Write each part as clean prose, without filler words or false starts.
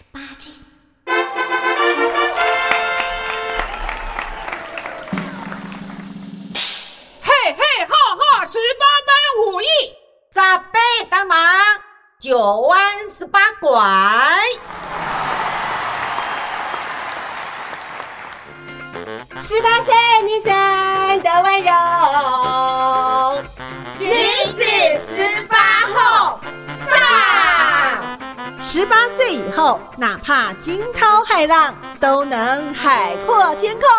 禁。 嘿嘿哈哈，18般武艺， 杂贝当忙，9弯18拐。18岁女生的温柔，女子18后上。 18岁以后，哪怕惊涛骇浪，都能海阔天空。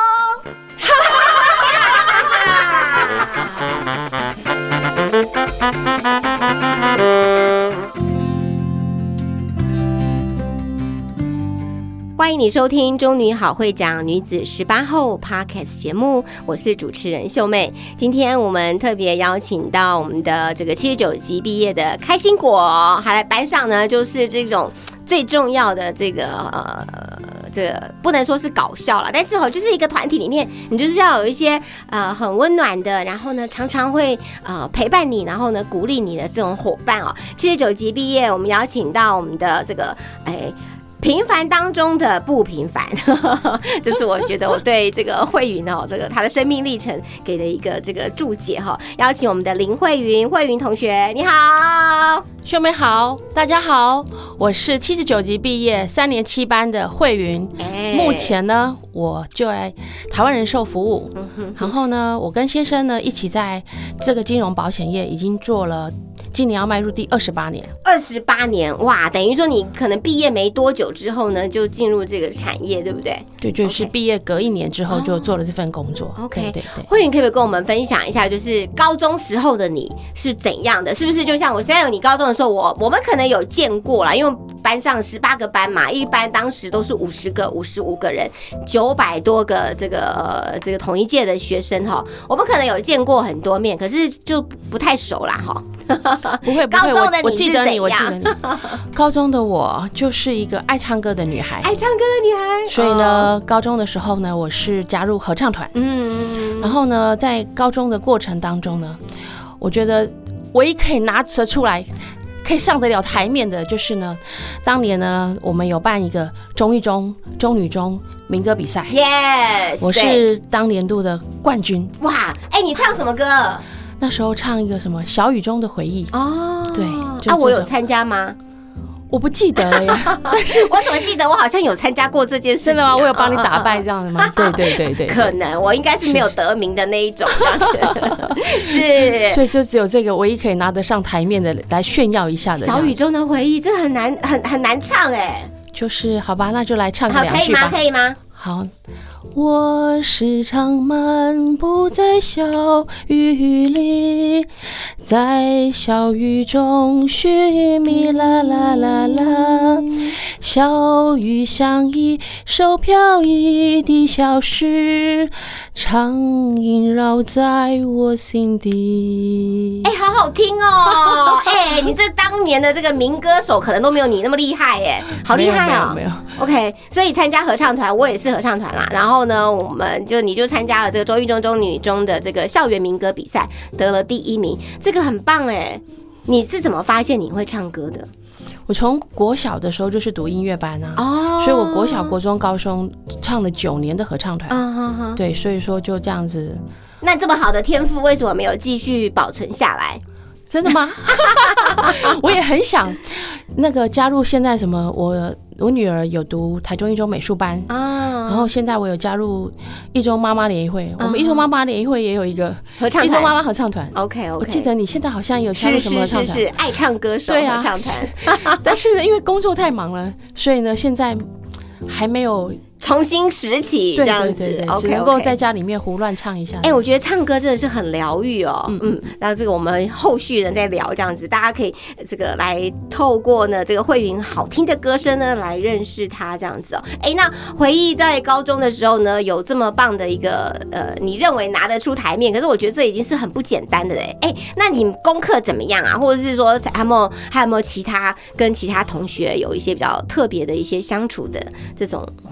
欢迎你收听中女好会讲女子18后 Podcast 节目，我是主持人秀妹。今天我们特别邀请到我们的这个79级毕业的开心果，还来班上呢，就是这种最重要的这个不能说是搞笑啦，但是就是一个团体里面，你就是要有一些很温暖的，然后呢常常会陪伴你，然后呢鼓励你的这种伙伴哦。79级毕业，我们邀请到我们的这个平凡当中的不平凡，这是我觉得我对这个慧云这个她的生命历程给的一个这个注解哈。邀请我们的林慧云同学，你好。 秀妹好，大家好，我是79级毕业3年7班的慧云。目前呢，我就在台湾人寿服务，然后呢，我跟先生呢一起在这个金融保险业已经做了，今年要迈入第28年。 28年，哇，等于说你可能毕业没多久之后呢，就进入这个产业，对不对？ 对，就是毕业隔1年之后就做了这份工作。 OK， 对。 慧云可不可以跟我们分享一下，就是高中时候的你是怎样的？是不是就像我现在有你高中的时候，我们可能有见过啦，因为班上18个班嘛，一班当时都是50个、55个人，900多个这个同一届的学生哈，我们可能有见过很多面，可是就不太熟啦哈。 不会， 高中的我你是怎样？ 我记得你。高中的我就是一个爱唱歌的女孩， 爱唱歌的女孩。 所以呢，高中的时候呢，我是加入合唱团。然后呢，在高中的过程当中呢，我觉得唯一可以拿得出来，可以上得了台面的，就是呢，当年呢，我们有办一个中一中、中女中民歌比赛。 Yes， 我是当年度的冠军。 哇，你唱什么歌？ 那时候唱一个什么小雨中的回忆。对， 我有参加吗？ 我不记得了呀。 但是我怎么记得我好像有参加过这件事情？ 真的吗？我有帮你打败这样的吗？对， 可能我应该是没有得名的那一种这样子。是， 所以就只有这个唯一可以拿得上台面的来炫耀一下的。 小雨中的回忆，这很难唱就是好吧，那就来唱个2句吧。 可以吗？ 好。我时常漫步在小雨里，在小雨中寻觅啦啦啦啦，小雨像一首飘逸的小诗，常萦绕在我心底。 好好听哦！你这当年的这个民歌手可能都没有你那么厉害耶，好厉害哦！ 没有。 OK， 所以参加合唱团，我也是合唱团啦。然后呢，你就参加了这个中一中、中女中的这个校园民歌比赛，得了第1名，这个很棒哎！你是怎么发现你会唱歌的？ 我从国小的时候就是读音乐班啊，所以我国小、国中、高中唱了9年的合唱团。对，所以说就这样子。 那这么好的天赋，为什么没有继续保存下来？ 真的吗？我也很想那个加入现在什么，我女儿有读台中一中美术班然后现在我有加入一中妈妈联谊会，我们一中妈妈联谊会也有一个合唱团， 一中妈妈合唱团。 OK， 我记得你现在好像有加入什么合唱团？ 是爱唱歌手合唱团。 但是呢，因为工作太忙了，所以呢，现在还没有重新拾起这样子， 对，只能够在家里面胡乱唱一下。 我觉得唱歌真的是很疗愈哦。那这个我们后续呢再聊这样子，大家可以这个来透过呢这个慧云好听的歌声呢来认识她这样子哦。那回忆在高中的时候呢，有这么棒的一个你认为拿得出台面，可是我觉得这已经是很不简单的嘞。那你功课怎么样啊？或者是说还有没有其他跟其他同学有一些比较特别的一些相处的这种回忆呢？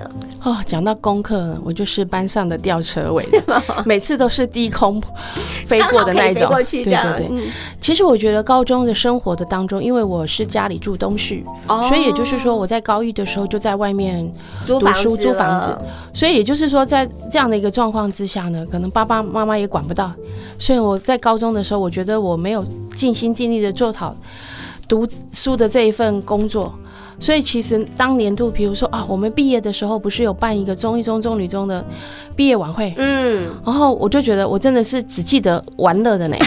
呢？ 讲到功课呢，我就是班上的吊车尾，每次都是低空飞过的那一种。 飞过去这样。 对。其实我觉得高中的生活的当中，因为我是家里住东市，所以也就是说我在高一的时候就在外面读书租房子，所以也就是说在这样的一个状况之下呢，可能爸爸妈妈也管不到，所以我在高中的时候，我觉得我没有尽心尽力的做好读书的这一份工作。所以其实当年度比如说我们毕业的时候不是有办一个中一中中女中的毕业晚会，然后我就觉得我真的是只记得玩乐的呢。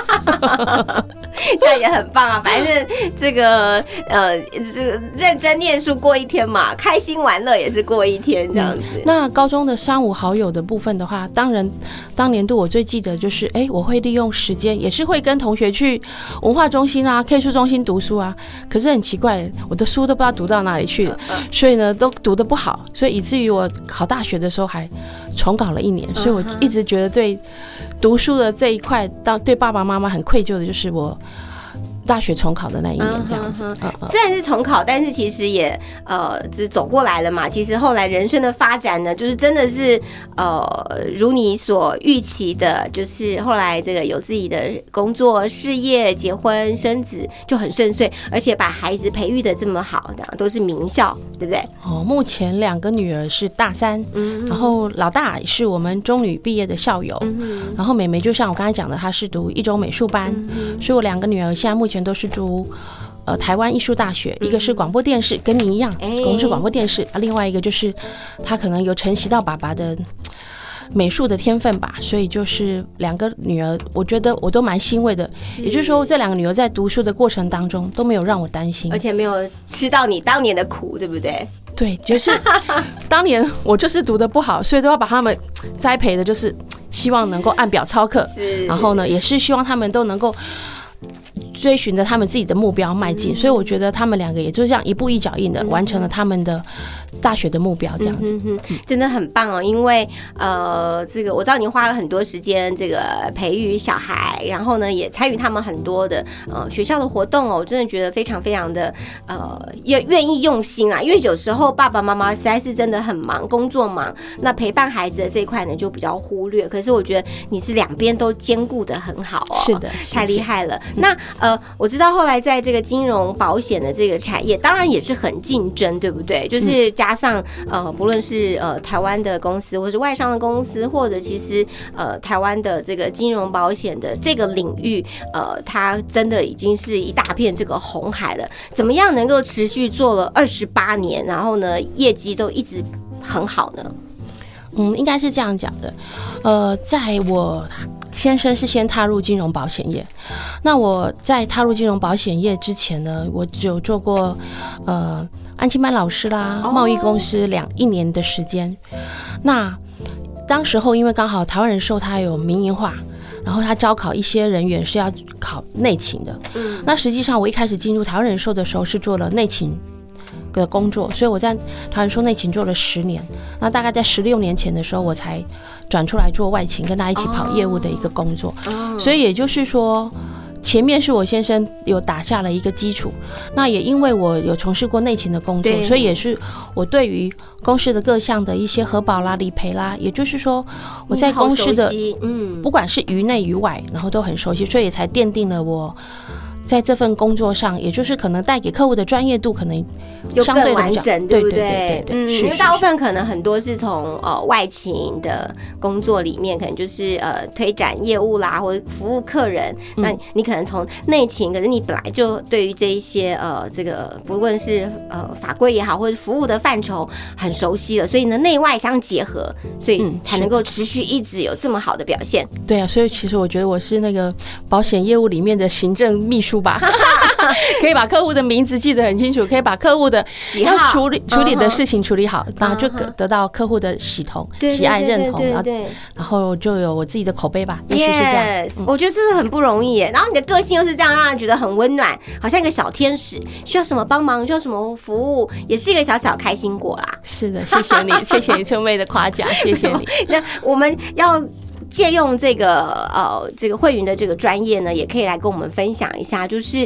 这样也很棒啊！反正这个认真念书过一天嘛，开心玩乐也是过一天这样子。 那高中的三五好友的部分的话，当然当年度我最记得就是我会利用时间，也是会跟同学去文化中心啊 K 书中心读书啊。可是很奇怪，我的书都不知道读到哪里去了，所以呢都读得不好，所以以至于我考大学的时候还重考了1年。所以我一直觉得对读书的这一块，对爸爸妈妈很愧疚的就是我大学重考的那一年这样子。 虽然是重考，但是其实也只走过来了嘛。其实后来人生的发展呢，就是真的是如你所预期的，就是后来这个有自己的工作、事业、结婚、生子就很顺遂，而且把孩子培育的这么好，都是名校，对不对？ 目前2个女儿是大3，然后老大是我们中女毕业的校友，然后妹妹就像我刚才讲的，她是读一中美术班，所以我2个女儿现在目前都是读台湾艺术大学，一个是广播电视，跟你一样，从事广播电视，另外一个就是她可能有承袭到爸爸的美术的天分吧，所以就是2个女儿，我觉得我都蛮欣慰的。也就是说，这2个女儿在读书的过程当中都没有让我担心， 而且没有吃到你当年的苦，对不对？ 对，就是当年我就是读得不好，所以都要把他们栽培的，就是希望能够按表操课，然后呢，也是希望他们都能够追寻着他们自己的目标迈进，所以我觉得他们2个也就这样一步一脚印的完成了他们的大学的目标，这样子。 真的很棒哦。因为这个我知道你花了很多时间这个培育小孩，然后呢也参与他们很多的学校的活动哦，我真的觉得非常非常的愿意用心啊。因为有时候爸爸妈妈实在是真的很忙，工作忙，那陪伴孩子的这一块呢就比较忽略。可是我觉得你是2边都兼顾得很好哦， 是的， 太厉害了。那我知道后来在这个金融保险的这个产业，当然也是很竞争，对不对？就是加上不论是台湾的公司，或是外商的公司，或者其实台湾的这个金融保险的这个领域，它真的已经是一大片这个红海了。怎么样能够持续做了28年，然后呢业绩都一直很好呢？ 应该是这样讲的。在我先生是先踏入金融保险业，那我在踏入金融保险业之前呢，我有做过安亲班老师啦，贸易公司1年的时间。那当时候因为刚好台湾人寿它有民营化，然后他招考一些人员是要考内勤的。那实际上我一开始进入台湾人寿的时候是做了内勤的工作，所以我在台湾人寿内勤做了10年。那大概在16年前的时候，我才转出来做外勤，跟他一起跑业务的一个工作。所以也就是说，前面是我先生有打下了一个基础，那也因为我有从事过内勤的工作，所以也是我对于公司的各项的一些核保啦、理赔啦，也就是说我在公司的不管是于内于外，然后都很熟悉，所以也才奠定了我在这份工作上，也就是可能带给客户的专业度可能相对的比较更完整，对不对？ 因为大部分可能很多是从外勤的工作里面，可能就是推展业务啦，或者服务客人。那你可能从内勤，可是你本来就对于这一些这个不论是法规也好，或者服务的范畴很熟悉了，所以呢内外相结合，所以才能够持续一直有这么好的表现。 对啊，所以其实我觉得我是那个保险业务里面的行政秘书吧。可以把客户的名字记得很清楚，可以把客户的要处理的事情处理好，然后就得到客户的喜爱认同，然后就有我自己的口碑吧。也许是这样。 我觉得真的很不容易耶。然后你的个性又是这样，让人觉得很温暖，好像一个小天使，需要什么帮忙，需要什么服务，也是一个小小开心果啦。 是的，谢谢你，谢谢你秋妹的夸奖，谢谢你。 那我们要借用这个慧云的这个专业呢，也可以来跟我们分享一下，就是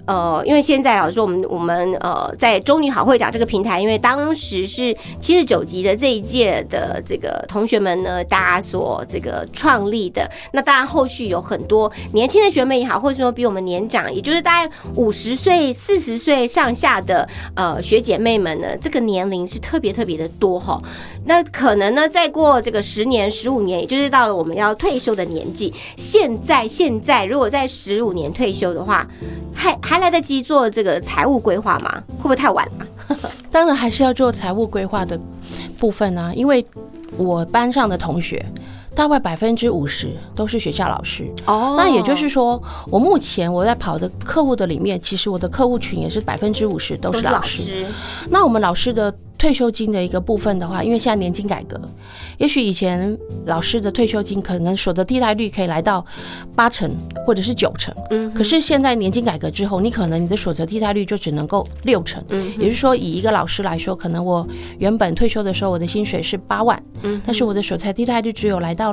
因为现在老实说我们在中女好会讲这个平台，因为当时是79级的这一届的这个同学们呢，大家所这个创立的。那当然后续有很多年轻的学妹也好，或者说比我们年长，也就是大概50岁、40岁上下的学姐妹们呢，这个年龄是特别的多哈。那可能呢，再过这个10年、15年，也就是到了我们要退休的年纪。现在如果在15年退休的话，还来得及做这个财务规划吗？会不会太晚了？ 当然还是要做财务规划的部分啊，因为我班上的同学大概50%都是学校老师哦。那也就是说，我目前我在跑的客户的里面，其实我的客户群也是50%都是老师。那我们老师的退休金的一个部分的话，因为现在年金改革，也许以前老师的退休金可能所得替代率可以来到80%或者是90%，可是现在年金改革之后，你可能你的所得替代率就只能够60%，也就是说，以一个老师来说，可能我原本退休的时候我的薪水是8万，但是我的所得替代率只有来到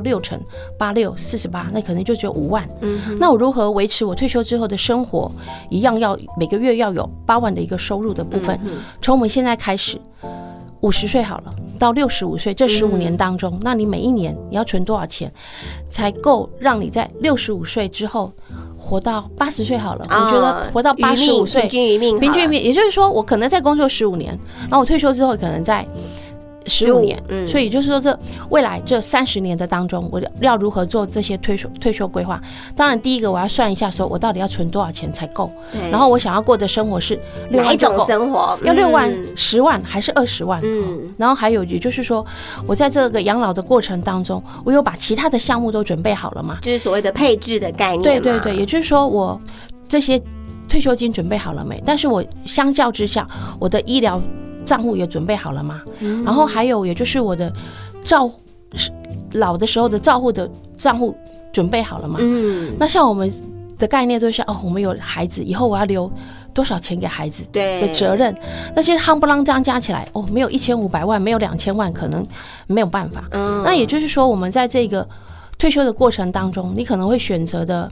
60%，86、48，那可能就只有5万。那我如何维持我退休之后的生活，一样要每个月要有8万的一个收入的部分？从我们现在开始。50岁好了，到65岁这15年当中，那你每一年你要存多少钱，才够让你在65岁之后活到80岁好了？我觉得活到85岁，平均余命，也就是说，我可能在工作15年，然后我退休之后可能在15年，所以就是说，这未来这30年的当中，我要如何做这些退休规划？当然，第一个我要算一下，说我到底要存多少钱才够，然后我想要过的生活是6万就够，哪一种生活？要6万、10万还是20万？然后还有，也就是说，我在这个养老的过程当中，我有把其他的项目都准备好了吗？ 就是所谓的配置的概念嘛。 对，也就是说，我这些退休金准备好了没？但是我相较之下，我的医疗账户也准备好了吗？然后还有，也就是我的老的时候的账户准备好了吗？那像我们的概念都是我们有孩子，以后我要留多少钱给孩子的责任，那些夯不啷当加起来，没有1500万，没有2000万，可能没有办法。那也就是说，我们在这个退休的过程当中，你可能会选择的，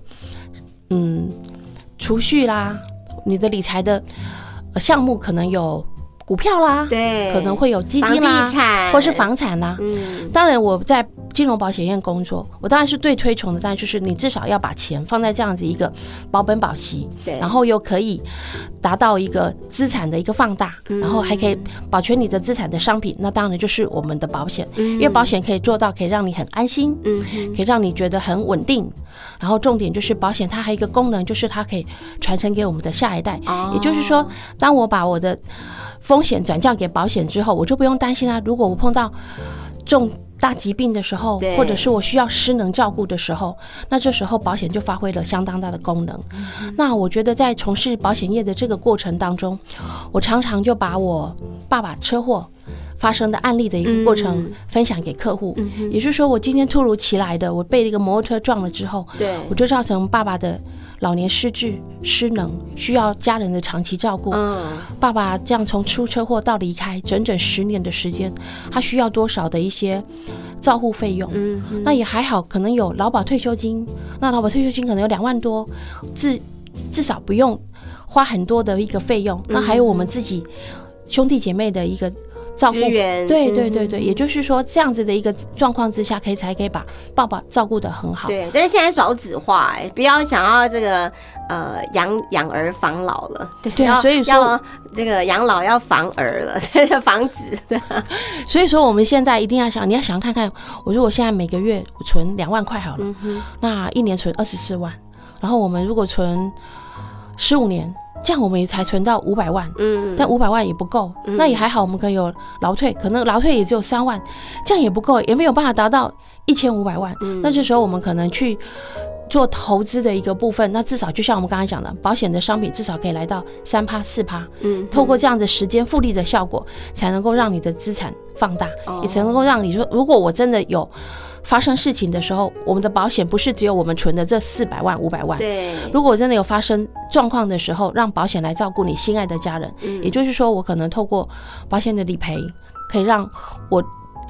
储蓄啦，你的理财的项目可能有股票啦，对，可能会有基金啦，或是房产啦。当然我在金融保险业工作，我当然是最推崇的，当然就是你至少要把钱放在这样子一个保本保息，对，然后又可以达到一个资产的一个放大，然后还可以保全你的资产的商品，那当然就是我们的保险，因为保险可以做到可以让你很安心，可以让你觉得很稳定。然后重点就是保险它还有一个功能，就是它可以传承给我们的下一代，也就是说，当我把我的风险转嫁给保险之后，我就不用担心啊，如果我碰到重大疾病的时候，或者是我需要失能照顾的时候，那这时候保险就发挥了相当大的功能。那我觉得在从事保险业的这个过程当中，我常常就把我爸爸车祸发生的案例的一个过程分享给客户，也就是说，我今天突如其来的我被一个摩托车撞了之后，我就造成爸爸的老年失智失能，需要家人的长期照顾。爸爸这样从出车祸到离开整整10年的时间，他需要多少的一些照护费用？那也还好，可能有劳保退休金，那劳保退休金可能有2万多，至少不用花很多的一个费用。那还有我们自己兄弟姐妹的一个照顾，对，也就是说这样子的一个状况之下，才可以把爸爸照顾得很好。 对，但是现在少子化，不要想要这个养儿防老了， 对啊，所以说这个养老要防儿了，防子。 所以说我们现在一定要想，你要想看看，我如果现在每个月我存2万块好了，那一年存24万，然后我们如果存15年。这样我们也才存到500万，但500万也不够，那也还好，我们可以有劳退，可能劳退也只有3万，这样也不够，也没有办法达到1500万。那这时候我们可能去做投资的一个部分，那至少就像我们刚才讲的，保险的商品至少可以来到3%、4%，透过这样的时间复利的效果，才能够让你的资产放大，也才能够让你说，如果我真的有发生事情的时候，我们的保险不是只有我们存的这400万、500万。对，如果真的有发生状况的时候，让保险来照顾你心爱的家人，也就是说，我可能透过保险的理赔，可以让我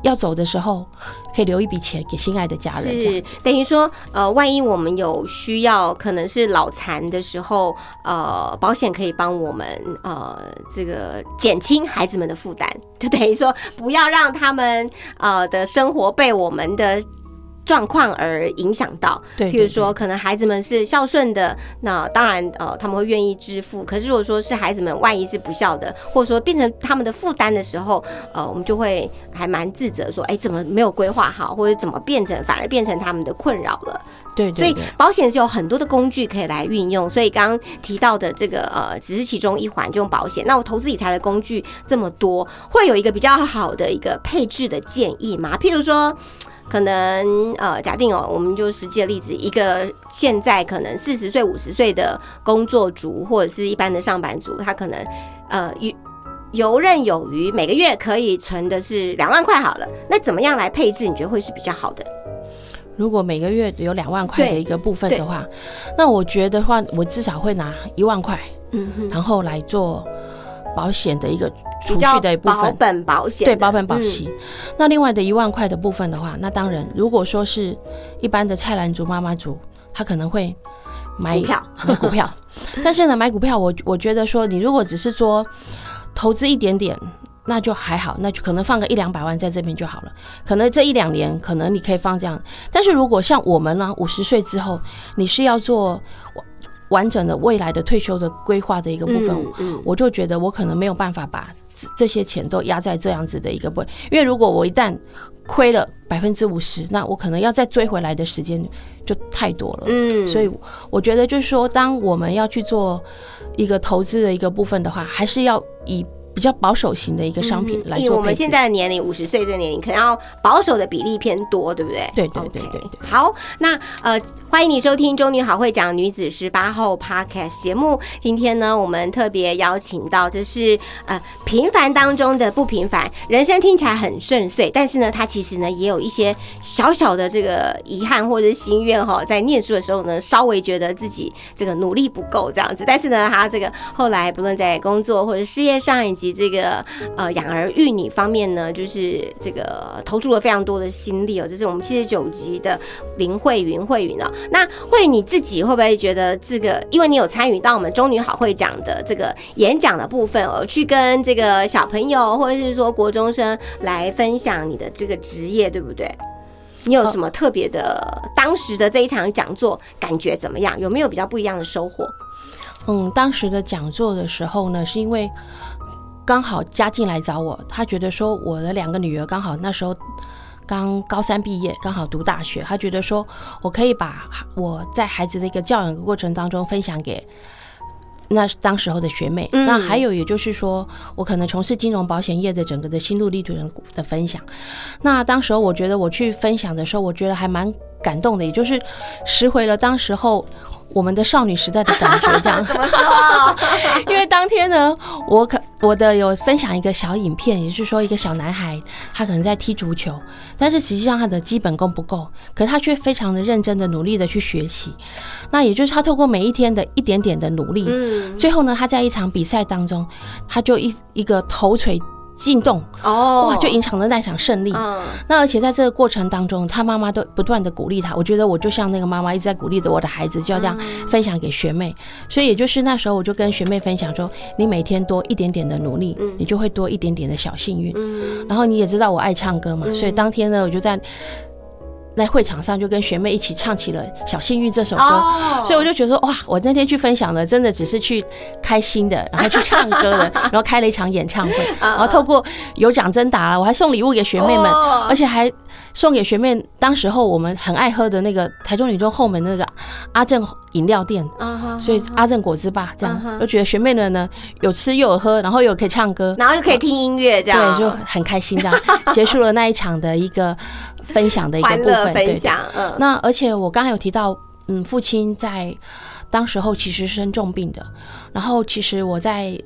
要走的时候可以留一笔钱给心爱的家人， 是等于说万一我们有需要，可能是老残的时候，保险可以帮我们这个减轻孩子们的负担，就等于说不要让他们的生活被我们的状况而影响到。 对， 譬如说可能孩子们是孝顺的，那当然他们会愿意支付，可是如果说是孩子们万一是不孝的，或者说变成他们的负担的时候，我们就会还蛮自责说，怎么没有规划好，或者怎么反而变成他们的困扰了。 对， 所以保险是有很多的工具可以来运用，所以刚刚提到的这个只是其中一环，就用保险。那我投资理财的工具这么多，会有一个比较好的一个配置的建议吗？譬如说可能假定我们就实际的例子，一个现在可能40岁50岁的工作族或者是一般的上班族，他可能游刃有余，每个月可以存的是2万块好了，那怎么样来配置你觉得会是比较好的？ 如果每个月有2万块的一个部分的话，那我觉得话，我至少会拿1万块，然后来做保险的一个储蓄的一部分， 保本保险， 对，保本保息。那另外的1万块的部分的话，那当然，如果说是一般的菜篮族、妈妈族，他可能会买股票，但是呢，买股票我觉得说，你如果只是说投资一点点，那就还好，那就可能放个100-200万在这边就好了。可能这1-2年，可能你可以放这样。但是如果像我们呢，50岁之后，你是要做完整的未来的退休的规划的一个部分，我就觉得我可能没有办法把这些钱都压在这样子的一个部分，因为如果我一旦亏了50%，那我可能要再追回来的时间就太多了。所以我觉得就是说，当我们要去做一个投资的一个部分的话，还是要以比较保守型的一个商品来做配置。以我们现在的年龄，50岁这个年龄，可能要保守的比例偏多，对不对？ 对。 好，那欢迎你收听《中女好会讲女子18后》Podcast 节目。今天呢，我们特别邀请到，这是平凡当中的不平凡，人生听起来很顺遂，但是呢，他其实呢也有一些小小的这个遗憾或者是心愿哈，在念书的时候呢，稍微觉得自己这个努力不够这样子，但是呢，他这个后来不论在工作或者事业上，以及这个养儿育女方面呢，就是这个投注了非常多的心力哦。这是我们79集的林慧云哦。那慧你自己会不会觉得这个，因为你有参与到我们中女好会讲的这个演讲的部分哦，去跟这个小朋友或者是说国中生来分享你的这个职业，对不对？你有什么特别的当时的这一场讲座感觉怎么样？有没有比较不一样的收获？ 当时的讲座的时候呢，是因为刚好家进来找我，他觉得说我的2个女儿刚好那时候刚高3毕业，刚好读大学，他觉得说我可以把我在孩子的一个教养的过程当中分享给那当时候的学妹。那还有也就是说，我可能从事金融保险业的整个的心路历程的分享。那当时候我觉得我去分享的时候，我觉得还蛮感动的，也就是拾回了当时候我们的少女时代的感觉，这样。 怎么说？ 因为当天呢，我的有分享一个小影片，也就是说一个小男孩，他可能在踢足球，但是实际上他的基本功不够，可是他却非常的认真的努力的去学习。那也就是他透过每一天的一点点的努力，最后呢，他在一场比赛当中，他就一个头槌进洞，哇，就影响了那场胜利。那而且在这个过程当中，他妈妈都不断的鼓励他，我觉得我就像那个妈妈一直在鼓励着我的孩子，就要这样分享给学妹。所以也就是那时候我就跟学妹分享说，你每天多一点点的努力，你就会多一点点的小幸运。然后你也知道我爱唱歌嘛，所以当天呢，我就在会场上就跟学妹一起唱起了《小幸运》这首歌。所以我就觉得说，哇，我那天去分享的真的只是去开心的，然后去唱歌的，然后开了一场演唱会，然后透过有奖征答了，我还送礼物给学妹们，而且还送给学妹当时候我们很爱喝的那个台中女中后门那个阿正饮料店，所以阿正果汁吧，这样就觉得学妹们呢有吃又有喝，然后又可以唱歌， 然后又可以听音乐，这样对，就很开心。这样结束了那一场的一个分享的一个部分， 分享。 那而且我刚才有提到，父亲在当时候其实是生重病的，然后其实我在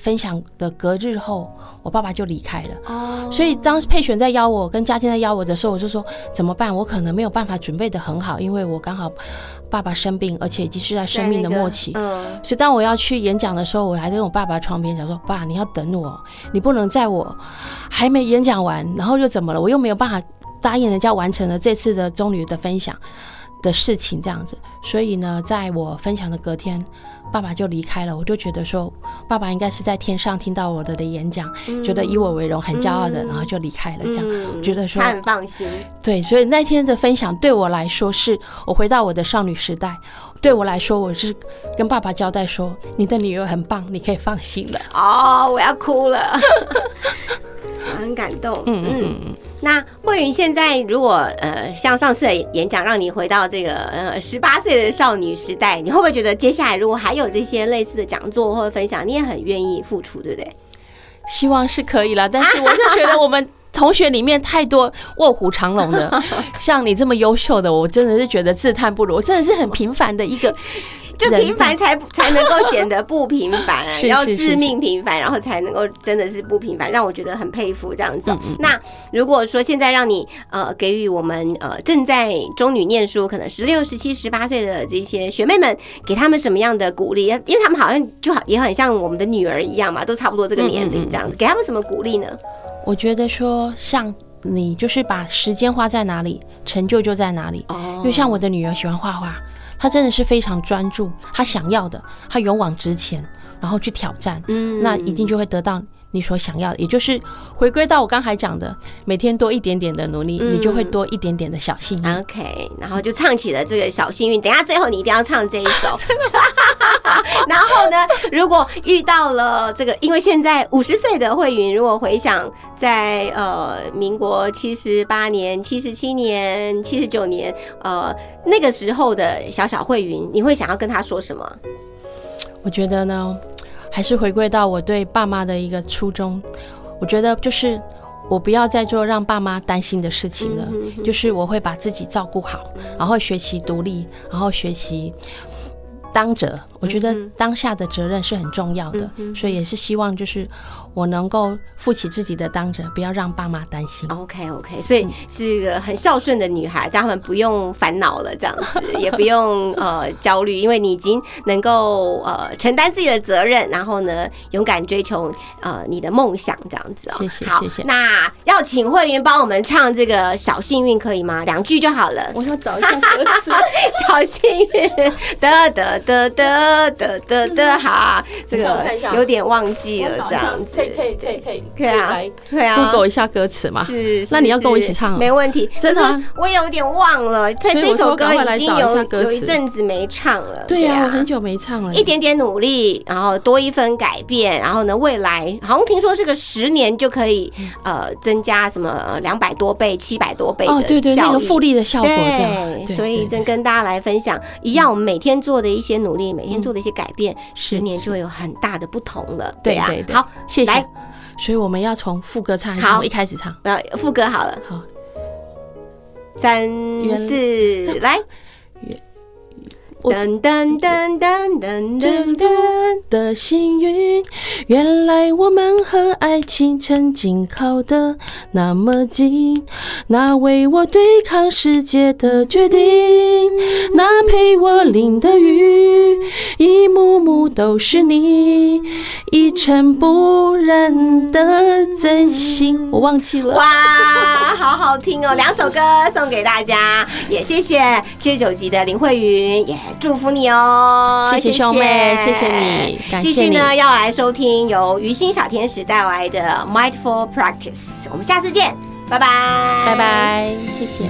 分享的隔日后，我爸爸就离开了。所以当佩璇在邀我跟嘉靖在邀我的时候，我就说怎么办？我可能没有办法准备得很好，因为我刚好爸爸生病，而且已经是在生命的末期。所以当我要去演讲的时候，我还跟我爸爸床边讲说：“爸，你要等我，你不能在我还没演讲完，然后又怎么了？我又没有办法答应人家完成了这次的中女的分享的事情，这样子。所以呢，在我分享的隔天，爸爸就离开了。我就觉得说，爸爸应该是在天上听到我的演讲，觉得以我为荣，很骄傲的，然后就离开了。这样，我觉得说他很放心。对， 所以那天的分享对我来说，是我回到我的少女时代。对我来说，我是跟爸爸交代说，你的女儿很棒，你可以放心了。 我要哭了，很感动。那慧云现在如果像上次的演讲让你回到这个18岁的少女时代，你会不会觉得接下来如果还有这些类似的讲座或者分享，你也很愿意付出，对不对？ 希望是可以啦，但是我就觉得我们同学里面太多卧虎藏龙的，像你这么优秀的，我真的是觉得自叹不如。我真的是很平凡的一个。 就平凡才能够显得不平凡，要自命平凡，然后才能够真的是不平凡，让我觉得很佩服这样子。那如果说现在让你给予我们正在中女念书，可能16、17、18岁的这些学妹们，给他们什么样的鼓励？因为他们好像就也很像我们的女儿一样嘛，都差不多这个年龄这样子，给他们什么鼓励呢？ 我觉得说像你就是把时间花在哪里，成就就在哪里。因为像我的女儿喜欢画画。他真的是非常专注，他想要的，他勇往直前，然后去挑战，那一定就会得到你所想要的，也就是回归到我刚才讲的，每天多一点点的努力，你就会多一点点的小幸运。 OK， 然后就唱起了这个小幸运。等一下最后你一定要唱这一首。然后呢，如果遇到了这个，因为现在50岁的慧云，如果回想在民国78年、77年、79年，那个时候的小慧云，你会想要跟她说什么？ 我觉得呢，还是回归到我对爸妈的一个初衷。我觉得就是我不要再做让爸妈担心的事情了，就是我会把自己照顾好，然后学习独立，然后学习当责。我觉得当下的责任是很重要的，所以也是希望就是我能够负起自己的当责，不要让爸妈担心。 OK， 所以是一个很孝顺的女孩，这样他们不用烦恼了，这样子也不用焦虑，因为你已经能够承担自己的责任，然后呢勇敢追求你的梦想，这样子。 谢谢， 好， 谢谢。 那要请慧云帮我们唱这个小幸运可以吗？2句就好了。 我要找一下歌词。 小幸运，得得得得。好，这个有点忘记了，这样子。可以啊 ，Google 一下歌词嘛。 是， 那你要跟我一起唱？ 没问题。 真的， 我有点忘了，这首歌已经有一阵子没唱了。 对啊，我很久没唱了。 一点点努力，然后多一分改变，然后呢，未来好像听说这个10年就可以增加什么200多倍、700多倍的效益。 对，那个复利的效果。 对，所以真跟大家来分享一样，我们每天做的一些努力，每天做的一些改变，10年就会有很大的不同了。对啊，好， 谢谢。所以我们要从副歌唱，还是从一开始唱？ 副歌好了。好，3、4，来。噔噔噔噔噔噔噔的幸运，原来我们和爱情曾经靠得那么近，那为我对抗世界的决定，那陪我淋的雨，一幕幕都是你一尘不染的真心。我忘记了。 哇，好好听哦！2首歌送给大家，也谢谢79集的林慧云，也祝福你哦！ 谢谢兄妹，谢谢你，感谢你。 继续呢，要来收听由于心小天使带来的 Mindful Practice， 我们下次见，拜拜， 拜拜，谢谢。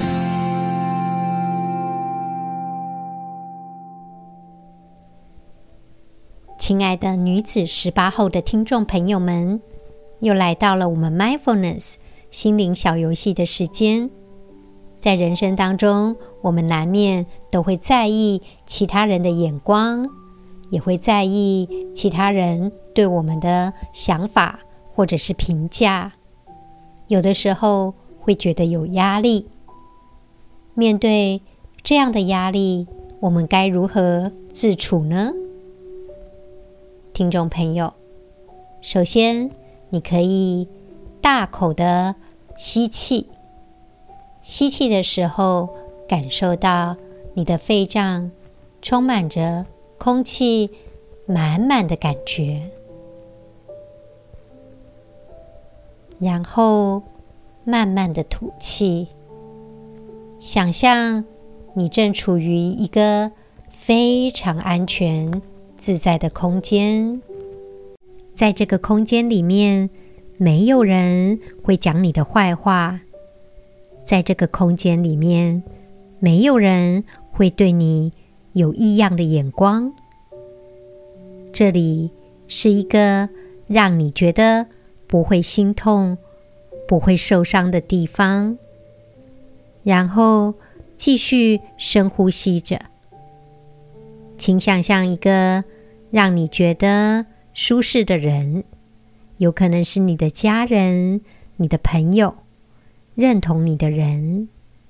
亲爱的女子18后的听众朋友们，又来到了我们 Mindfulness 心灵小游戏的时间。在人生当中，我们难免都会在意其他人的眼光，也会在意其他人对我们的想法或者是评价，有的时候会觉得有压力。面对这样的压力，我们该如何自处呢？听众朋友， 首先，你可以大口的吸气，吸气的时候，感受到你的肺脏充满着空气满满的感觉。然后慢慢的吐气，想象你正处于一个非常安全、自在的空间。在这个空间里面，没有人会讲你的坏话。在这个空间里面，没有人会对你有异样的眼光。这里是一个让你觉得不会心痛、不会受伤的地方。然后继续深呼吸着，请想象一个让你觉得舒适的人，有可能是你的家人、你的朋友、认同你的人，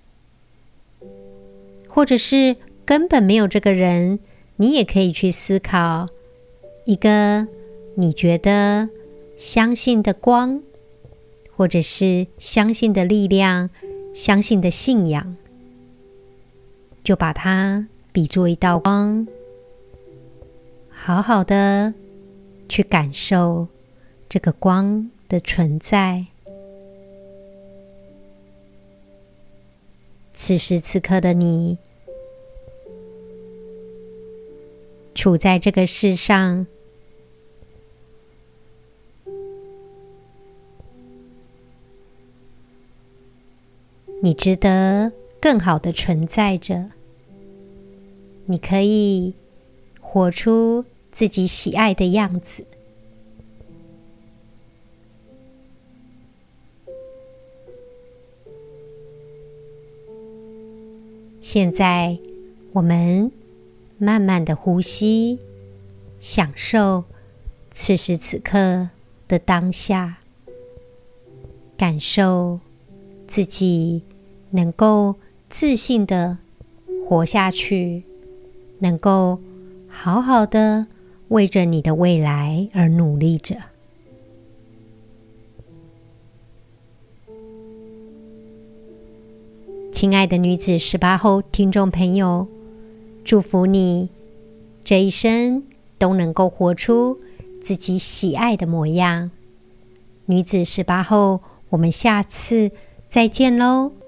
或者是根本没有这个人，你也可以去思考一个你觉得相信的光，或者是相信的力量、相信的信仰，就把它比作一道光，好好的去感受这个光的存在。此时此刻的你，处在这个世上，你值得更好的存在着。你可以活出自己喜爱的样子。现在我们慢慢的呼吸，享受此时此刻的当下，感受自己能够自信的活下去，能够好好的为着你的未来而努力着。亲爱的女子18后听众朋友，祝福你这一生都能够活出自己喜爱的模样。女子18后，我们下次再见喽。